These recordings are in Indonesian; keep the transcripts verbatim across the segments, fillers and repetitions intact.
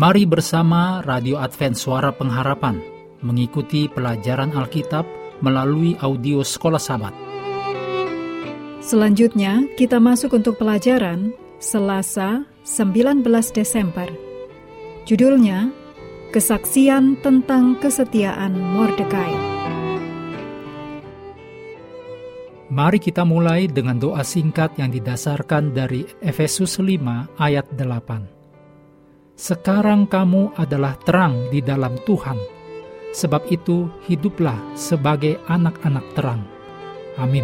Mari bersama Radio Advent Suara Pengharapan mengikuti pelajaran Alkitab melalui audio Sekolah Sabat. Selanjutnya kita masuk untuk pelajaran Selasa sembilan belas Desember. Judulnya Kesaksian tentang Kesetiaan Mordekai. Mari kita mulai dengan doa singkat yang didasarkan dari Efesus lima ayat delapan. Sekarang kamu adalah terang di dalam Tuhan, sebab itu hiduplah sebagai anak-anak terang. Amin.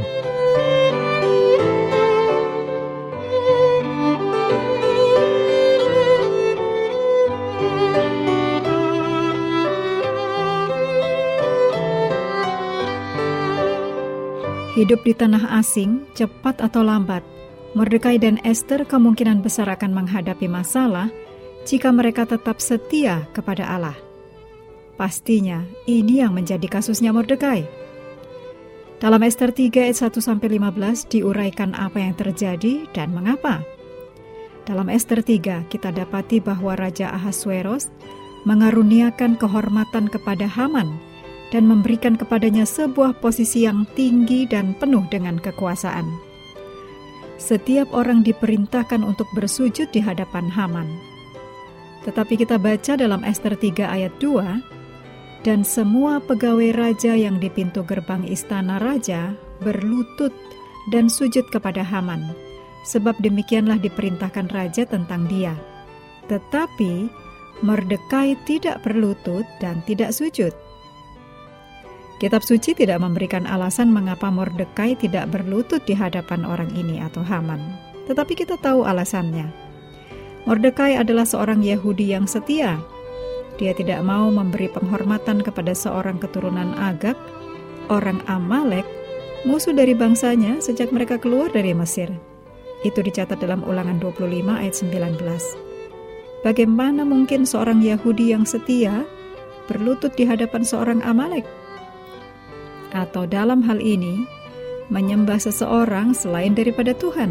Hidup di tanah asing, cepat atau lambat, Mordekai dan Ester kemungkinan besar akan menghadapi masalah jika mereka tetap setia kepada Allah. Pastinya ini yang menjadi kasusnya Mordekai. Dalam Ester tiga ayat satu sampai lima belas diuraikan apa yang terjadi dan mengapa. Dalam Ester tiga kita dapati bahwa Raja Ahasuerus mengaruniakan kehormatan kepada Haman dan memberikan kepadanya sebuah posisi yang tinggi dan penuh dengan kekuasaan. Setiap orang diperintahkan untuk bersujud di hadapan Haman. Tetapi kita baca dalam Ester tiga ayat dua, dan semua pegawai raja yang di pintu gerbang istana raja berlutut dan sujud kepada Haman, sebab demikianlah diperintahkan raja tentang dia. Tetapi Mordekai tidak berlutut dan tidak sujud. Kitab suci tidak memberikan alasan mengapa Mordekai tidak berlutut di hadapan orang ini atau Haman. Tetapi kita tahu alasannya. Mordekai adalah seorang Yahudi yang setia. Dia tidak mau memberi penghormatan kepada seorang keturunan Agag, orang Amalek, musuh dari bangsanya sejak mereka keluar dari Mesir. Itu dicatat dalam Ulangan dua puluh lima ayat sembilan belas. Bagaimana mungkin seorang Yahudi yang setia berlutut di hadapan seorang Amalek? Atau dalam hal ini, menyembah seseorang selain daripada Tuhan?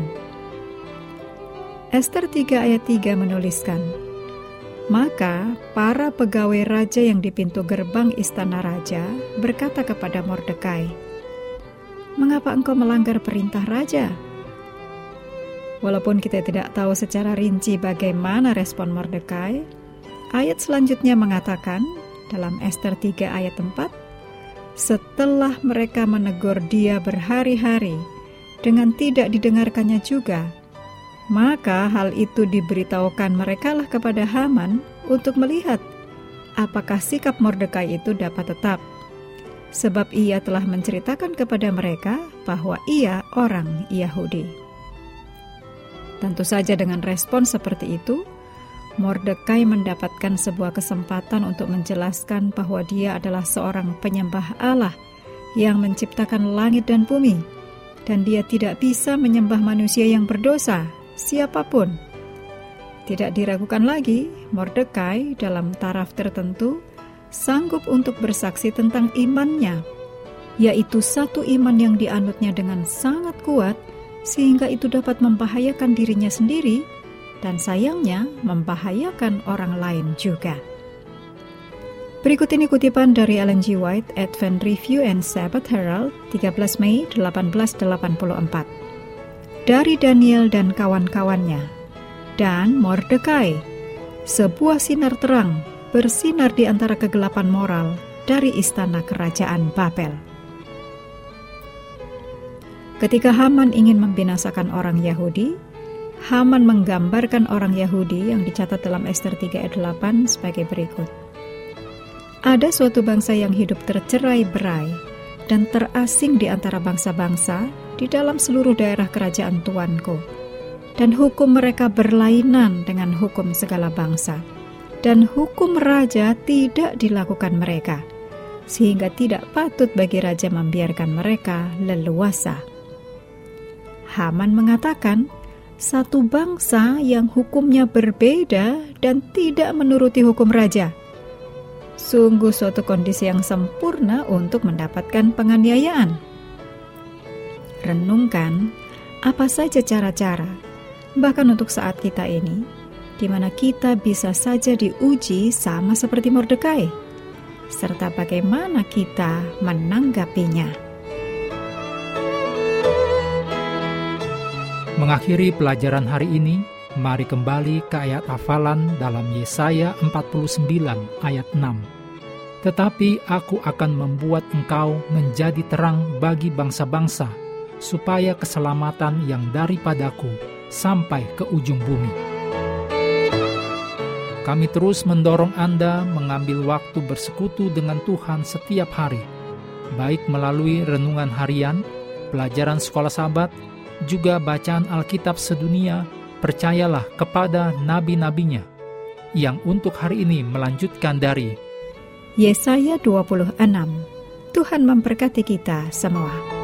Ester tiga ayat tiga menuliskan, maka para pegawai raja yang di pintu gerbang istana raja berkata kepada Mordekai, "Mengapa engkau melanggar perintah raja?" Walaupun kita tidak tahu secara rinci bagaimana respon Mordekai, ayat selanjutnya mengatakan dalam Ester tiga ayat empat, setelah mereka menegur dia berhari-hari dengan tidak didengarkannya juga, maka hal itu diberitahukan merekalah kepada Haman untuk melihat apakah sikap Mordekai itu dapat tetap. Sebab ia telah menceritakan kepada mereka bahwa ia orang Yahudi. Tentu saja dengan respon seperti itu, Mordekai mendapatkan sebuah kesempatan untuk menjelaskan bahwa dia adalah seorang penyembah Allah yang menciptakan langit dan bumi, dan dia tidak bisa menyembah manusia yang berdosa, siapapun. Tidak diragukan lagi, Mordekai dalam taraf tertentu sanggup untuk bersaksi tentang imannya, yaitu satu iman yang dianutnya dengan sangat kuat sehingga itu dapat membahayakan dirinya sendiri dan sayangnya membahayakan orang lain juga. Berikut ini kutipan dari Ellen G. White, Advent Review and Sabbath Herald, tiga belas Mei delapan belas delapan puluh empat. Dari Daniel dan kawan-kawannya, dan Mordekai, sebuah sinar terang bersinar di antara kegelapan moral dari istana kerajaan Babel. Ketika Haman ingin membinasakan orang Yahudi, Haman menggambarkan orang Yahudi yang dicatat dalam Ester tiga ayat delapan sebagai berikut. Ada suatu bangsa yang hidup tercerai-berai dan terasing di antara bangsa-bangsa di dalam seluruh daerah kerajaan Tuanku, dan hukum mereka berlainan dengan hukum segala bangsa, dan hukum raja tidak dilakukan mereka, sehingga tidak patut bagi raja membiarkan mereka leluasa. Haman mengatakan, satu bangsa yang hukumnya berbeda dan tidak menuruti hukum raja. Sungguh suatu kondisi yang sempurna untuk mendapatkan penganiayaan. Renungkan apa saja cara-cara, bahkan untuk saat kita ini, di mana kita bisa saja diuji sama seperti Mordekai, serta bagaimana kita menanggapinya. Mengakhiri pelajaran hari ini, mari kembali ke ayat hafalan dalam Yesaya empat puluh sembilan ayat enam. Tetapi aku akan membuat engkau menjadi terang bagi bangsa-bangsa, supaya keselamatan yang daripadaku sampai ke ujung bumi. Kami terus mendorong Anda mengambil waktu bersekutu dengan Tuhan setiap hari, baik melalui renungan harian, pelajaran sekolah Sabat, juga bacaan Alkitab sedunia. Percayalah kepada nabi-nabinya, yang untuk hari ini melanjutkan dari Yesaya dua puluh enam. Tuhan memberkati kita semua.